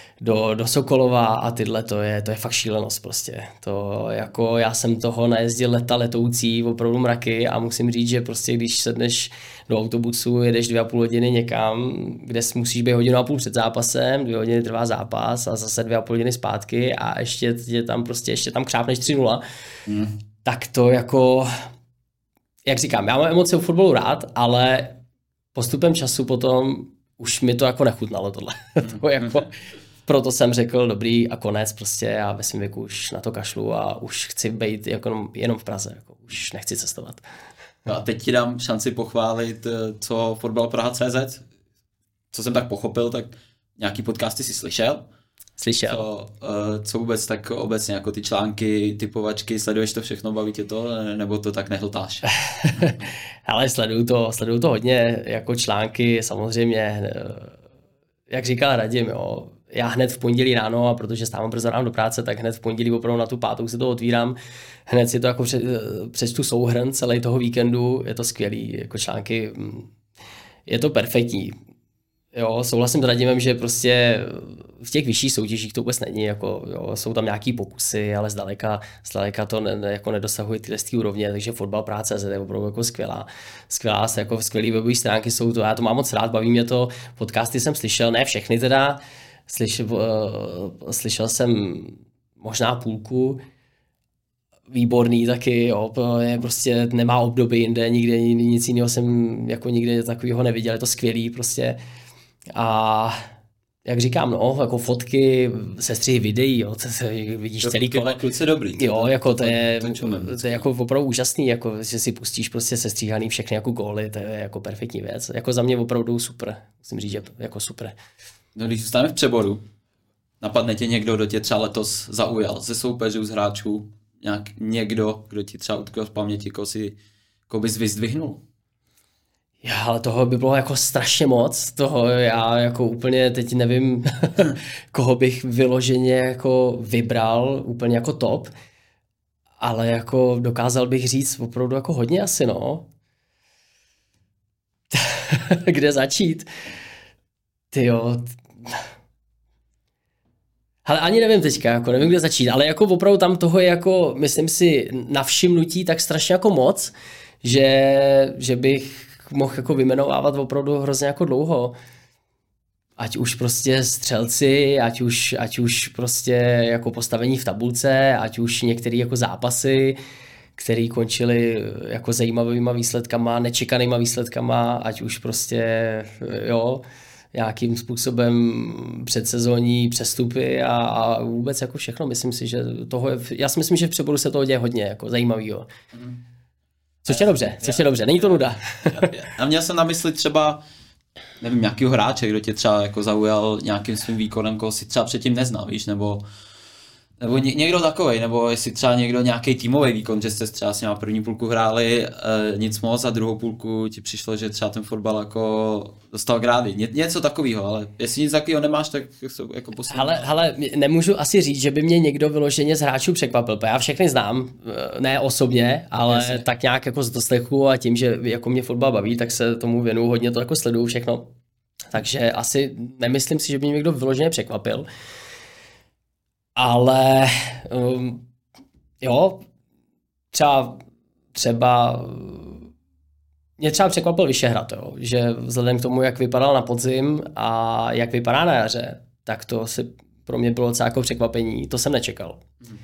do Sokolova a tyhle, to je fakt šílenost prostě. To jako já jsem toho najezdil letoucí, opravdu mraky a musím říct, že prostě když sedneš do autobusu, jedeš 2,5 hodiny někam, kde musíš být 1,5 hodiny před zápasem, 2 hodiny trvá zápas a zase 2,5 hodiny zpátky a ještě tam křápneš 3-0, tak to jako, jak říkám, já mám emoce u fotbalu rád, ale postupem času potom už mi to jako nechutnalo tohle. To jako, proto jsem řekl dobrý a konec prostě, já ve svém věku už na to kašlu a už chci být jako jenom v Praze, jako už nechci cestovat.
No a teď ti dám šanci pochválit, co Fotbal Praha.cz, co jsem tak pochopil, tak nějaký podcasty si slyšel. Co vůbec tak obecně, jako ty články, typovačky, sleduješ to všechno, baví tě to, nebo to tak nehltáš?
Ale sleduju to hodně, jako články samozřejmě, jak říkal Radim, jo, já hned v pondělí ráno, a protože stávám brzo ráno do práce, tak hned v pondělí opravdu na tu pátou si to otvírám, hned si to jako přečtu souhrn celý toho víkendu, je to skvělý, jako články, je to perfektní. Jo, souhlasím s Radimem, že prostě v těch vyšších soutěžích to vůbec není, jako, jo, jsou tam nějaký pokusy, ale zdaleka to jako nedosahuje tyhle úrovně, takže fotbal práce je opravdu jako skvělá, jako skvělý webové stránky jsou to, já to mám moc rád, baví mě to, podcasty jsem slyšel, ne všechny teda, slyšel jsem možná půlku, výborný taky, jo, je prostě nemá obdoby jinde, nikde nic jiného jsem jako nikdy takového neviděl, je to skvělý prostě. A jak říkám, no, jako fotky, sestřihy videí, jo, vidíš to, celý kole.
Kluci dobrý.
Jo, jako to je jako opravdu úžasný, jako že si pustíš prostě sestříhaný všechny jako góly, to je jako perfektní věc. Jako za mě opravdu super, musím říct, že jako super.
No, když zůstaneme v přeboru, napadne tě někdo, kdo tě třeba letos zaujal ze soupeřů, z hráčů, někdo, kdo ti třeba utkvěl v paměti, koho bys vyzdvihnul?
Ale toho by bylo jako strašně moc, toho já jako úplně teď nevím, koho bych vyloženě jako vybral úplně jako top, ale jako dokázal bych říct opravdu jako hodně asi, no. Kde začít? Tyjo. Ale ani nevím teďka, jako nevím, kde začít, ale jako opravdu tam toho je jako, myslím si, na všimnutí tak strašně jako moc, že bych mohl jako vymenovávat opravdu hrozně jako dlouho. Ať už prostě střelci, ať už prostě jako postavení v tabulce, ať už některé jako zápasy, které končily jako zajímavýma výsledkama, nečekanýma výsledkama, ať už prostě, jo, nějakým způsobem předsezónní přestupy a vůbec jako všechno. Myslím si, že toho je, já si myslím, že v přeboru se toho děje hodně jako zajímavýho. Což je dobře, není to nuda.
A měl jsem na mysli třeba, nevím, nějakýho hráče, kdo tě třeba jako zaujal nějakým svým výkonem, koho si třeba předtím neznal, víš, nebo někdo takovej, nebo jestli třeba někdo nějaký týmový výkon, že jste třeba s něma první půlku hráli nic moc a druhou půlku ti přišlo, že třeba ten fotbal jako dostal grády. Něco takového, ale jestli nic takového nemáš, tak jako poslední.
Ale nemůžu asi říct, že by mě někdo vyloženě z hráčů překvapil, já všechny znám, ne osobně, ale jasně. Tak nějak jako z doslechu a tím, že jako mě fotbal baví, tak se tomu věnuju hodně, to jako sleduju všechno. Takže asi nemyslím si, že by mě někdo vyloženě překvapil. Ale jo, třeba mě třeba překvapil Vyšehrad, jo, že vzhledem k tomu, jak vypadal na podzim a jak vypadá na jaře, tak to si pro mě bylo docela jako překvapení, to jsem nečekal.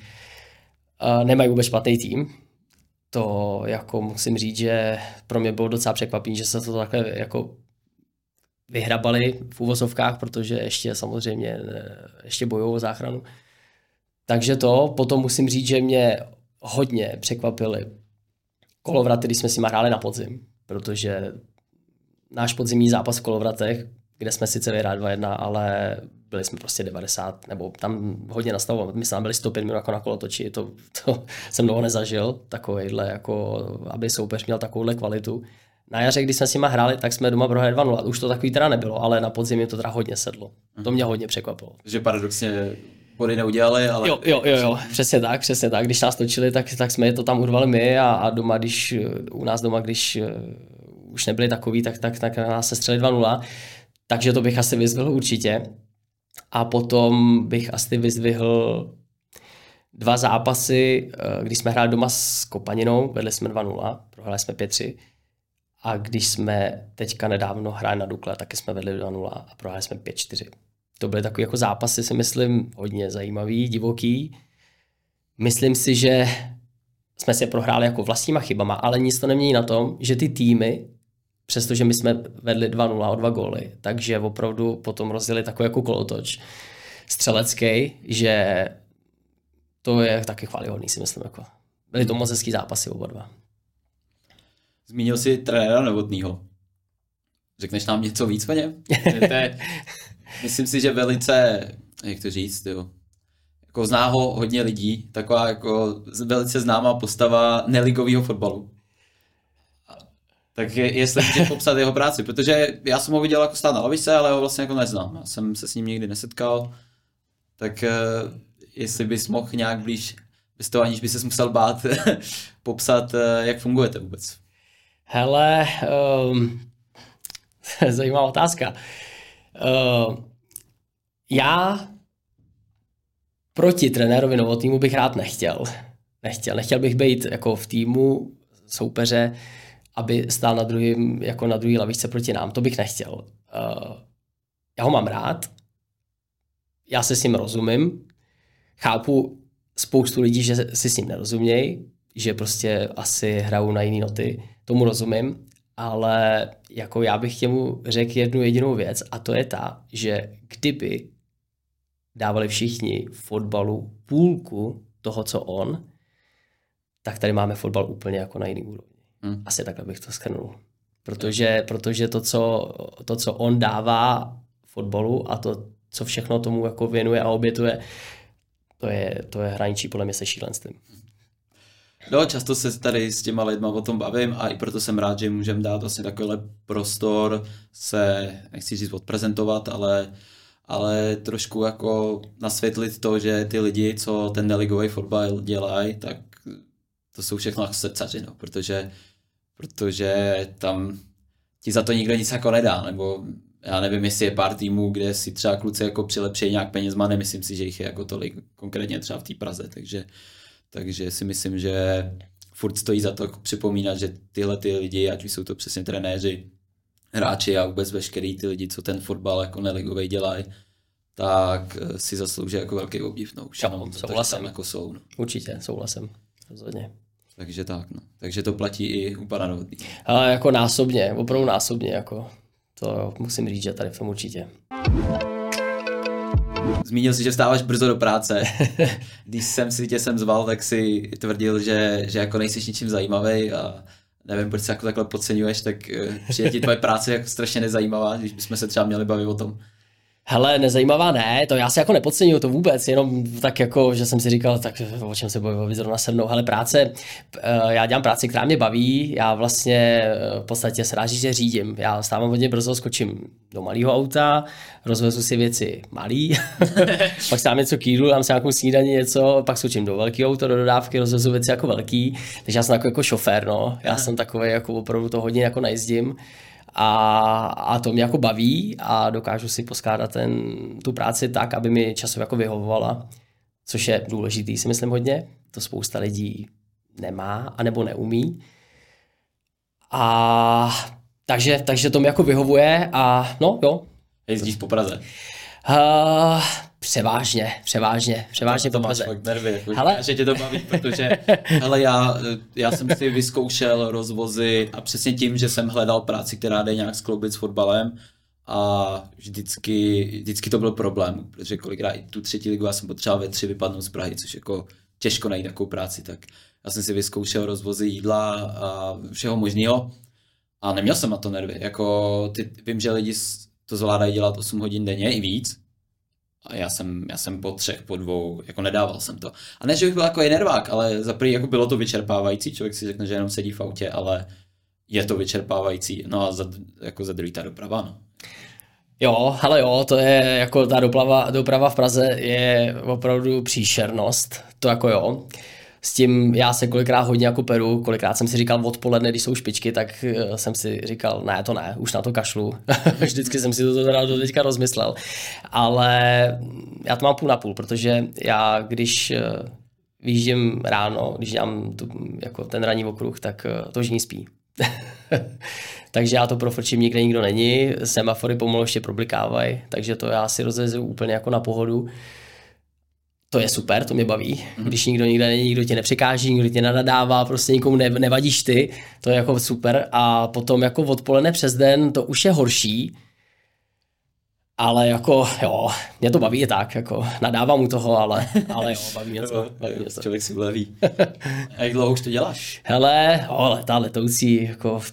Nemají vůbec špatný tým, to jako musím říct, že pro mě bylo docela překvapení, že se to takhle jako vyhrabali v úvozovkách, protože ještě samozřejmě ještě bojují o záchranu. Takže to, potom musím říct, že mě hodně překvapily Kolovraty, když jsme si hráli na podzim, protože náš podzimní zápas v Kolovratech, kde jsme sice vyhráli 2-1, ale byli jsme prostě 90, nebo tam hodně nastavovali, my jsme tam byli 105 minut jako na kolotoči, to jsem dlouho nezažil, takovejhle, jako, aby soupeř měl takovouhle kvalitu. Na jaře, když jsme s nima hráli, tak jsme doma prohráli 2-0, už to takový teda nebylo, ale na podzim to teda hodně sedlo, to mě hodně překvapilo.
Že paradoxně body neudělali, ale...
Jo, přesně tak. Když nás točili, tak jsme to tam urvali my a doma, u nás doma, když už nebyli takový, tak nás se střeli 2-0. Takže to bych asi vyzdvihl určitě. A potom bych asi vyzdvihl 2 zápasy, když jsme hráli doma s Kopaninou, vedli jsme 2-0, prohráli jsme 5-3. A když jsme teďka nedávno hráli na Dukle, taky jsme vedli 2-0 a prohráli jsme 5-4. To byly takové jako zápasy, si myslím, hodně zajímavý, divoký. Myslím si, že jsme si je prohráli jako vlastníma chybama, ale nic to nemění na tom, že ty týmy, přestože my jsme vedli 2-0 o 2 góly, takže opravdu potom rozdělili takový jako kolotoč střelecký, že to je taky chvályhodný, si myslím. Jako. Byly to moc hezký zápasy oba dva.
Zmínil jsi trenéra Novotnýho. Řekneš nám něco víc o něm? Myslím si, že velice, jak to říct, jo, jako zná ho hodně lidí, taková jako velice známá postava neligového fotbalu. Tak jestli můžeš popsat jeho práci, protože já jsem ho viděl jako stát na lavice, ale ho vlastně jako neznám. Já jsem se s ním nikdy nesetkal. tak jestli bys mohl nějak blíž, bez toho aniž by ses musel bát, popsat, jak fungujete vůbec.
Hele, zajímavá otázka. Já proti trenérovi Novotnýmu bych rád nechtěl. Nechtěl bych být jako v týmu soupeře, aby stál na druhý lavičce proti nám. To bych nechtěl. Já ho mám rád, já se s ním rozumím, chápu spoustu lidí, že si s ním nerozumějí, že prostě asi hrajou na jiný noty, tomu rozumím, ale jako já bych těmu řekl jednu jedinou věc a to je ta, že kdyby dávali všichni fotbalu půlku toho, co on, tak tady máme fotbal úplně jako na jiný úrovni. Asi takhle bych to shrnul. Protože to, co on dává fotbalu a to, co všechno tomu jako věnuje a obětuje, to je hraničí podle mě se šílenstvím.
No, často se tady s těma lidma o tom bavím a i proto jsem rád, že můžeme dát vlastně takovýhle prostor se, nechci říct odprezentovat, ale trošku jako nasvětlit to, že ty lidi, co ten neligový fotbal dělají, tak to jsou všechno srdcaři, no, protože tam ti za to nikdo nic jako nedá, nebo já nevím, jestli je pár týmů, kde si třeba kluci jako přilepšejí nějak penězma, nemyslím si, že jich je jako tolik, konkrétně třeba v té Praze, takže si myslím, že furt stojí za to připomínat, že tyhle ty lidi, ať už jsou to přesně trenéři, hráči a vůbec veškerý ty lidi, co ten fotbal jako neligovej dělají, tak si zaslouží jako velký obdiv, no, už jenom
souhlasím.
Jako jsou. No.
Určitě, souhlasím, rozhodně.
Takže tak, no. Takže to platí i u pana Novotnýho.
Ale jako násobně, opravdu násobně, jako to musím říct, že tady v tom určitě.
Zmínil jsi, že vstáváš brzo do práce. Když jsem si tě sem zval, tak si tvrdil, že jako nejsiš ničím zajímavý a nevím, proč se jako takhle podceňuješ, tak přijde ti tvoje práce jako strašně nezajímavá, když bychom se třeba měli bavit o tom.
Hele, nezajímavá ne, to já se jako nepodceňuju to vůbec, jenom tak jako, že jsem si říkal, tak o čem se bavit zrovna se mnou. Hele, já dělám práci, která mě baví, já vlastně v podstatě se dá říct, že řídím. Já vstávám hodně brzo, skočím do malého auta, rozvezu si věci malý, pak si dám něco k jídlu, dám si nějakou snídaní něco, pak skočím do velkého auta, do dodávky, rozvezu věci jako velký, takže já jsem takový jako šofér, no. Já jsem takový jako opravdu to hodně jako najezdím. A to mě jako baví a dokážu si poskládat tu práci tak, aby mi časově jako vyhovovala, což je důležitý, si myslím hodně. To spousta lidí nemá anebo neumí. Takže to mi jako vyhovuje a no jo.
Jezdíš po Praze?
Převážně
to máš fakt nervy, jako, že tě to baví, protože hele, já jsem si vyzkoušel rozvozy a přesně tím, že jsem hledal práci, která jde nějak skloubit s fotbalem a vždycky to byl problém, protože kolikrát i tu 3. ligu já jsem potřeboval ve 3 vypadnout z Prahy, což jako těžko najít takovou práci, tak já jsem si vyzkoušel rozvozy jídla a všeho možného a neměl jsem na to nervy, jako vím, že lidi to zvládají dělat 8 hodin denně i víc. A já jsem po 3, po 2, jako nedával jsem to. A ne, že bych byl jako nervák, ale za první jako bylo to vyčerpávající, člověk si řekne, že jenom sedí v autě, ale je to vyčerpávající. No a za druhý ta doprava, no.
Jo, to je jako ta doprava v Praze je opravdu příšernost, to jako jo. S tím já se kolikrát hodně jako peru, kolikrát jsem si říkal odpoledne, když jsou špičky, tak jsem si říkal, ne, to ne, už na to kašlu. Vždycky jsem si to teda do teďka rozmyslel. Ale já to mám půl na půl, protože já když vyjíždím ráno, když dělám jako ten ranní okruh, tak to žení spí. Takže já to profrčím, nikdo není, semafory pomalu ještě problikávají, takže to já si rozjezu úplně jako na pohodu. To je super, to mě baví, když nikdo nikde není, nikdo tě nepřekáží, nikdo tě nenadává, prostě nikomu nevadíš ty, to je jako super a potom jako odpoledne přes den to už je horší, ale jako jo, mě to baví je tak, jako nadávám u toho, ale jo, baví mě to.
Člověk si uleví. A jak dlouho už to děláš?
Hele, letoucí,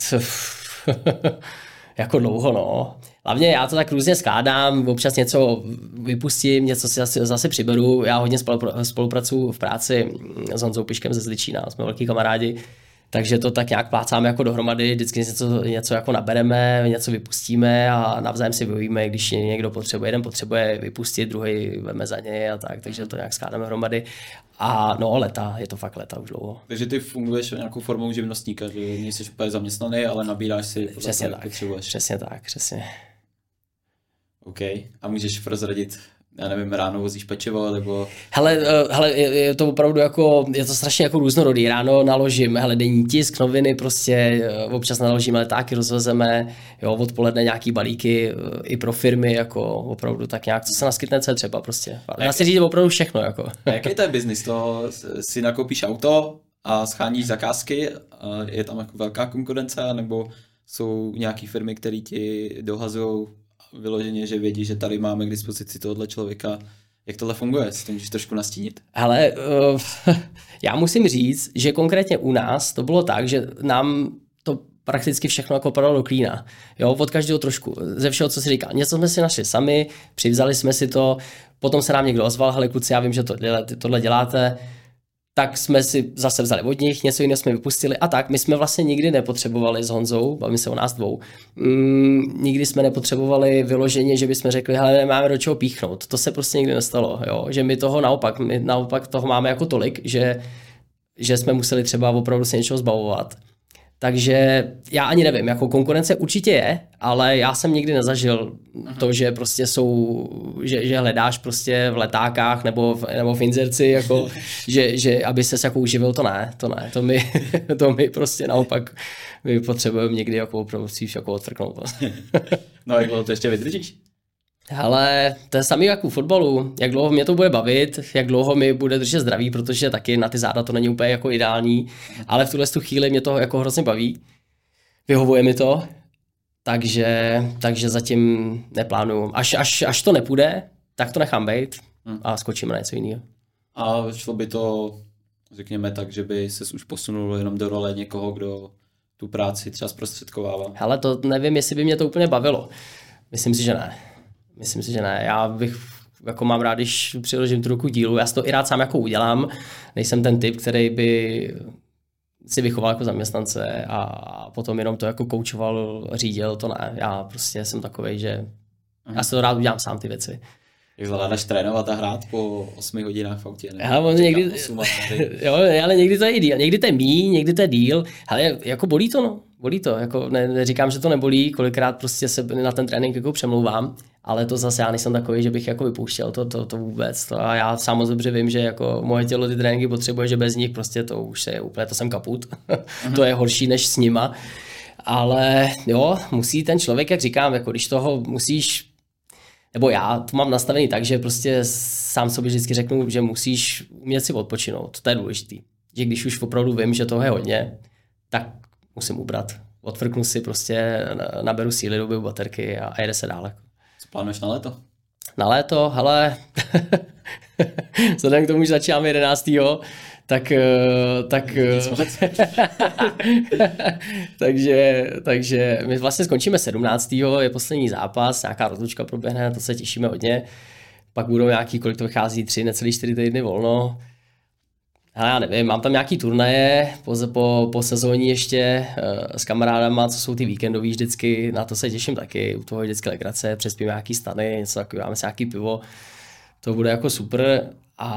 jako dlouho, no. Hlavně já to tak různě skládám, občas něco vypustím, něco si zase přiberu. Já hodně spolupracuju v práci s Honzou Piškem ze Zličína, jsme velký kamarádi, Takže to tak nějak plácáme jako dohromady, vždycky něco jako nabereme, něco vypustíme a navzájem si vyhovíme, když někdo potřebuje, jeden potřebuje vypustit, druhý veme za něj a tak, takže to nějak skládáme dohromady. A no leta, je to fakt leta už dlouho.
Takže ty funguješ nějakou formou živnostníka, že nejsi úplně zaměstnaný, ale nabíráš si
přesně tak, potřebuješ. Přesně tak, přesně.
OK. A můžeš prozradit, já nevím, ráno vozíš pečivo, nebo...
Hele, je to opravdu jako, je to strašně jako různorodý. Ráno naložím, denní tisk, noviny, prostě občas naložíme letáky, rozvezeme, jo, odpoledne nějaký balíky i pro firmy, jako opravdu tak nějak, co se naskytne, co je třeba prostě. Dá se říct opravdu všechno, jako.
A jaký to je biznis? To si nakoupíš auto a scháníš zakázky, je tam jako velká konkurence, nebo jsou nějaký firmy, které ti dohazují vyloženě, že vědí, že tady máme k dispozici tohohle člověka. Jak tohle funguje? Si to můžeš trošku nastínit?
Hele, já musím říct, že konkrétně u nás to bylo tak, že nám to prakticky všechno jako padalo do klína. Jo, od každého trošku. Ze všeho, co si říká. Něco jsme si našli sami, přivzali jsme si to, potom se nám někdo ozval, hele kluci, já vím, že tohle děláte, tak jsme si zase vzali od nich, něco jiného jsme vypustili a tak. My jsme vlastně nikdy nepotřebovali s Honzou, bavíme se o nás dvou, nikdy jsme nepotřebovali vyloženě, že bychom řekli, hele, nemáme do čeho píchnout. To se prostě nikdy nestalo, jo? Že my naopak toho máme jako tolik, že jsme museli třeba opravdu se něčeho zbavovat. Takže já ani nevím, jako konkurence určitě je, ale já jsem nikdy nezažil to, že prostě že hledáš prostě v letákách nebo v inzerci, jako, že aby ses jako uživil, to ne. To my prostě naopak my potřebujeme někdy jako opravdu jako odfrknout.
No jak dlouho to ještě vydržíš?
Hele, to je samý jako u fotbalu, jak dlouho mě to bude bavit, jak dlouho mi bude držet zdraví, protože taky na ty záda to není úplně jako ideální, ale v tuhle chvíli mě to jako hrozně baví, vyhovuje mi to, takže zatím neplánuju. Až to nepůjde, tak to nechám být a skočíme na něco jiného.
A šlo by to, řekněme tak, že by ses už posunul jenom do role někoho, kdo tu práci třeba zprostředkovává?
Hele, to nevím, jestli by mě to úplně bavilo. Myslím si, že ne. Já bych jako mám rád, když přiložím tu ruku dílu. Já si to i rád sám jako udělám. Nejsem ten typ, který by si vychoval jako zaměstnance a potom jenom to jako koučoval, řídil, to ne. Já prostě jsem takovej, že já si to rád udělám sám ty věci.
Jak zvládáš trénovat a hrát po 8 hodinách v autě?
Ale někdy to je i díl. Někdy to je míň, někdy to je díl. Ale jako bolí to, no. Bolí to. Jako neříkám, že to nebolí. Kolikrát prostě se na ten trénink jako přemlouvám. Ale to zase já nejsem takový, že bych jako vypouštěl to vůbec. A já sám moc dobře vím, že jako moje tělo ty tréninky potřebuje, že bez nich prostě to už je úplně, to jsem kaput. To je horší než s nima. Ale jo, musí ten člověk, jak říkám, jako když toho musíš, nebo já to mám nastavený tak, že prostě sám sobě vždycky řeknu, že musíš umět si odpočinout. To je důležitý. Že když už opravdu vím, že toho je hodně, tak musím ubrat. Odfrknu si prostě, naberu síly, dobiju baterky a jede se dál.
Co plánuješ na léto?
Na léto, hele, vzhledem k tomu, že začínáme 11. takže my vlastně skončíme 17. je poslední zápas, nějaká rozlučka proběhne, to se těšíme hodně. Pak budou nějaký, kolik to vychází, 3, necelý 4 týdny volno. Ale já nevím, mám tam nějaký turnaje po sezóní ještě s kamarádama, co jsou ty víkendový vždycky, na to se těším taky, u toho je vždycky legrace, přespíme nějaký stany, něco takového, dáme si nějaký pivo, to bude jako super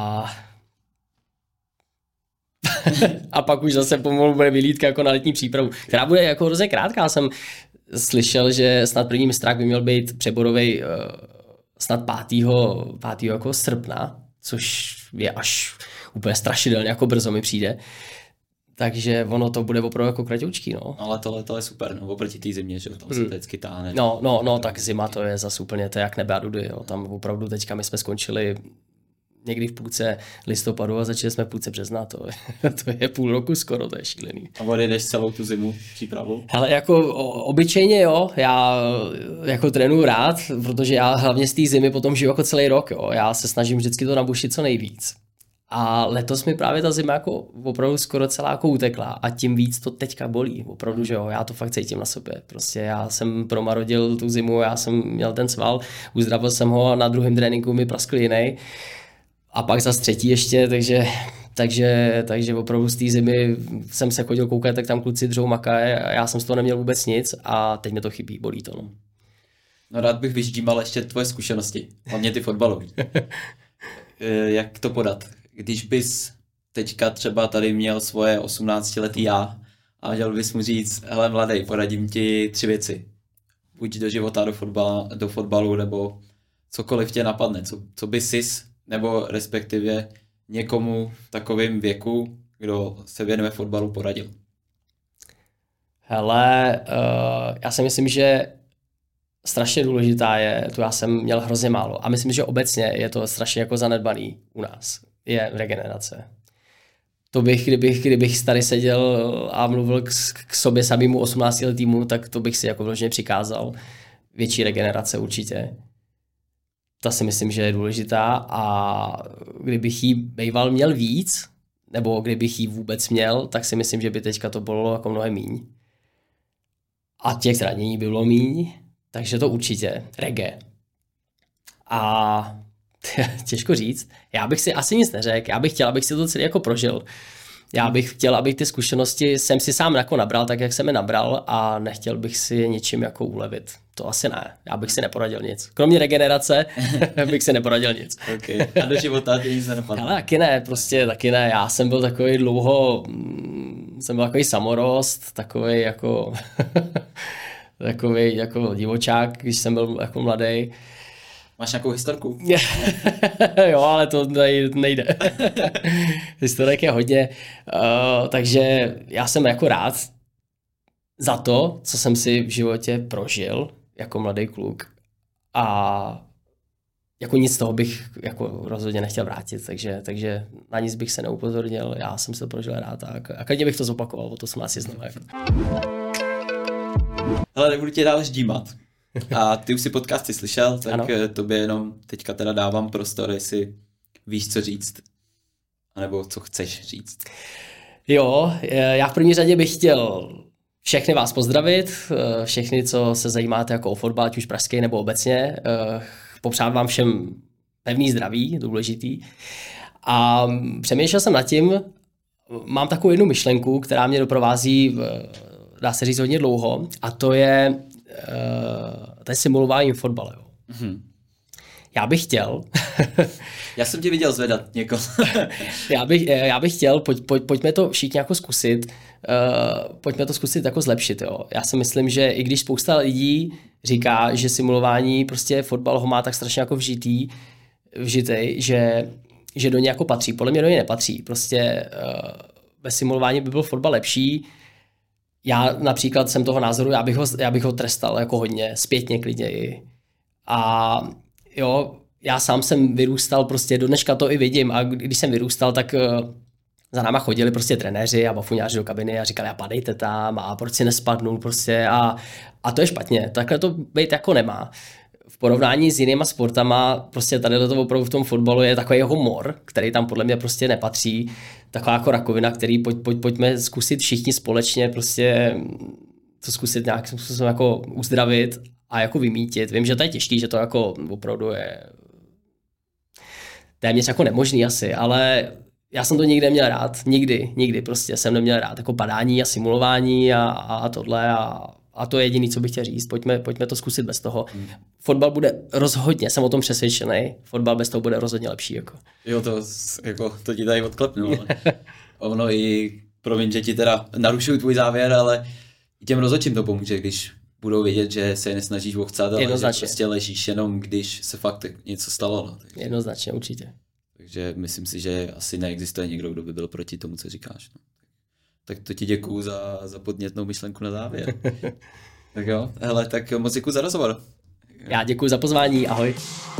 a pak už zase pomalu bude vylídka jako na letní přípravu, která bude jako hrozně krátká. Jsem slyšel, že snad první mistrák by měl být přeborovej snad 5. jako srpna, což je až úplně strašidelně jako brzo mi přijde. Takže ono to bude opravdu jako kratoučký, no.
Ale tohle je super, no, oproti té zimě, že tam se to vždycky táhne.
No, tak zima to je zase úplně, to je jak nebe a dudy, jo. Tam opravdu teďka my jsme skončili někdy v půlce listopadu a začali jsme v půlce března, to je půl roku skoro, to je šílený.
A odjedeš celou tu zimu přípravu?
Hele, jako obyčejně jo, já jako trénuju rád, protože já hlavně z té zimy potom žiju jako celý rok, jo. Já se snažím vždycky to nabušit co nejvíc. A letos mi právě ta zima jako opravdu skoro celá jako utekla a tím víc to teďka bolí, opravdu, že jo, já to fakt cítím na sobě, prostě já jsem promarodil tu zimu, já jsem měl ten sval, uzdravil jsem ho a na druhém tréninku mi praskl jiný a pak zas 3. ještě, takže takže opravdu z té zimy jsem se chodil koukat, tak tam kluci dřou makaje a já jsem z toho neměl vůbec nic a teď mi to chybí, bolí to. No.
No rád bych vyždímal ještě tvoje zkušenosti, hlavně ty fotbalové. Jak to podat? Když bys teďka třeba tady měl svoje 18letý já a měl bys mu říct, hele mladej, poradím ti 3 věci. Buď do života, do fotbalu, nebo cokoliv tě napadne. Co by sis, nebo respektive někomu v takovém věku, kdo se věnuje fotbalu, poradil?
Hele, já si myslím, že strašně důležitá je, tu já jsem měl hrozně málo a myslím, že obecně je to strašně jako zanedbaný u nás, je regenerace. To bych, kdybych tady seděl a mluvil k sobě samému 18letýmu, tak to bych si jako vložně přikázal. Větší regenerace určitě. Ta si myslím, že je důležitá a kdybych jí býval měl víc, nebo kdybych jí vůbec měl, tak si myslím, že by teďka to bylo jako mnohem míň. A těch zranění by bylo míň, takže to určitě. Reggae. A těžko říct. Já bych si asi nic neřekl. Já bych chtěl, abych si to celý jako prožil. Já bych chtěl, abych ty zkušenosti jsem si sám jako nabral, tak jak jsem je nabral a nechtěl bych si je něčím jako ulevit. To asi ne. Já bych si neporadil nic. Kromě regenerace bych si neporadil nic.
Okay. A do života tě nic nenapadlo?
Ale taky ne, prostě taky ne. Já jsem byl takový jsem byl takový samorost, takový jako takový jako divočák, když jsem byl jako mladý.
Máš nějakou historku?
Jo, ale to nejde. Historek je hodně. Takže já jsem jako rád za to, co jsem si v životě prožil jako mladý kluk. A jako nic z toho bych jako rozhodně nechtěl vrátit, takže na nic bych se neupozornil. Já jsem se to prožil rád a klidně bych to zopakoval, o to jsem asi znovu.
Hele, nebudu tě dál ždímat. A ty už si podcasty slyšel, tak
ano.
Tobě jenom teďka teda dávám prostor, jestli víš, co říct, anebo co chceš říct.
Jo, já v první řadě bych chtěl všechny vás pozdravit, všechny, co se zajímáte jako o fotbal, ať už pražský nebo obecně. Popřát vám všem pevný zdraví, důležitý. A přemýšlel jsem nad tím, mám takovou jednu myšlenku, která mě doprovází, dá se říct, hodně dlouho, a to je simulování fotbalu.
Mm-hmm.
Já bych chtěl...
Já jsem tě viděl zvedat někoho.
já bych chtěl, pojďme to všichni jako zkusit, pojďme to zkusit jako zlepšit. Jo. Já si myslím, že i když spousta lidí říká, že simulování, prostě fotbal ho má tak strašně jako vžitý, že do něj jako patří. Podle mě do něj nepatří. Prostě ve simulování by byl fotbal lepší. Já například jsem toho názoru, já bych ho trestal jako hodně, zpětně klidně. A jo, já sám jsem vyrůstal, prostě do dneška to i vidím a když jsem vyrůstal, tak za náma chodili prostě trenéři a bafuňáři do kabiny a říkali, a padejte tam a proč si nespadnul prostě a to je špatně, takhle to být jako nemá. V porovnání s jinýma sportama, prostě tady to opravdu v tom fotbalu je takový humor, který tam podle mě prostě nepatří, taková jako rakovina, který pojďme zkusit všichni společně prostě to zkusit nějakým způsobem jako uzdravit a jako vymítit. Vím, že to je těžký, že to jako opravdu je téměř jako nemožný asi, ale já jsem to nikdy neměl rád, nikdy prostě jsem neměl rád jako padání a simulování a tohle a to je jediné, co bych chtěl říct. Pojďme to zkusit bez toho. Fotbal bude rozhodně, jsem o tom přesvědčený, fotbal bez toho bude rozhodně lepší. Jako.
Jo, to ti tady odklepnu. Ono i, promiň, že ti teda narušuju tvůj závěr, ale i těm rozhodčím to pomůže, když budou vědět, že se je nesnažíš vochcat, ale že prostě ležíš jenom, když se fakt něco stalo. No. Takže,
jednoznačně, určitě.
Takže myslím si, že asi neexistuje někdo, kdo by byl proti tomu, co říkáš. No. Tak to ti děkuju za podnětnou myšlenku na závěr. Tak jo, hele, tak moc děkuju za rozhovor.
Já děkuju za pozvání, ahoj.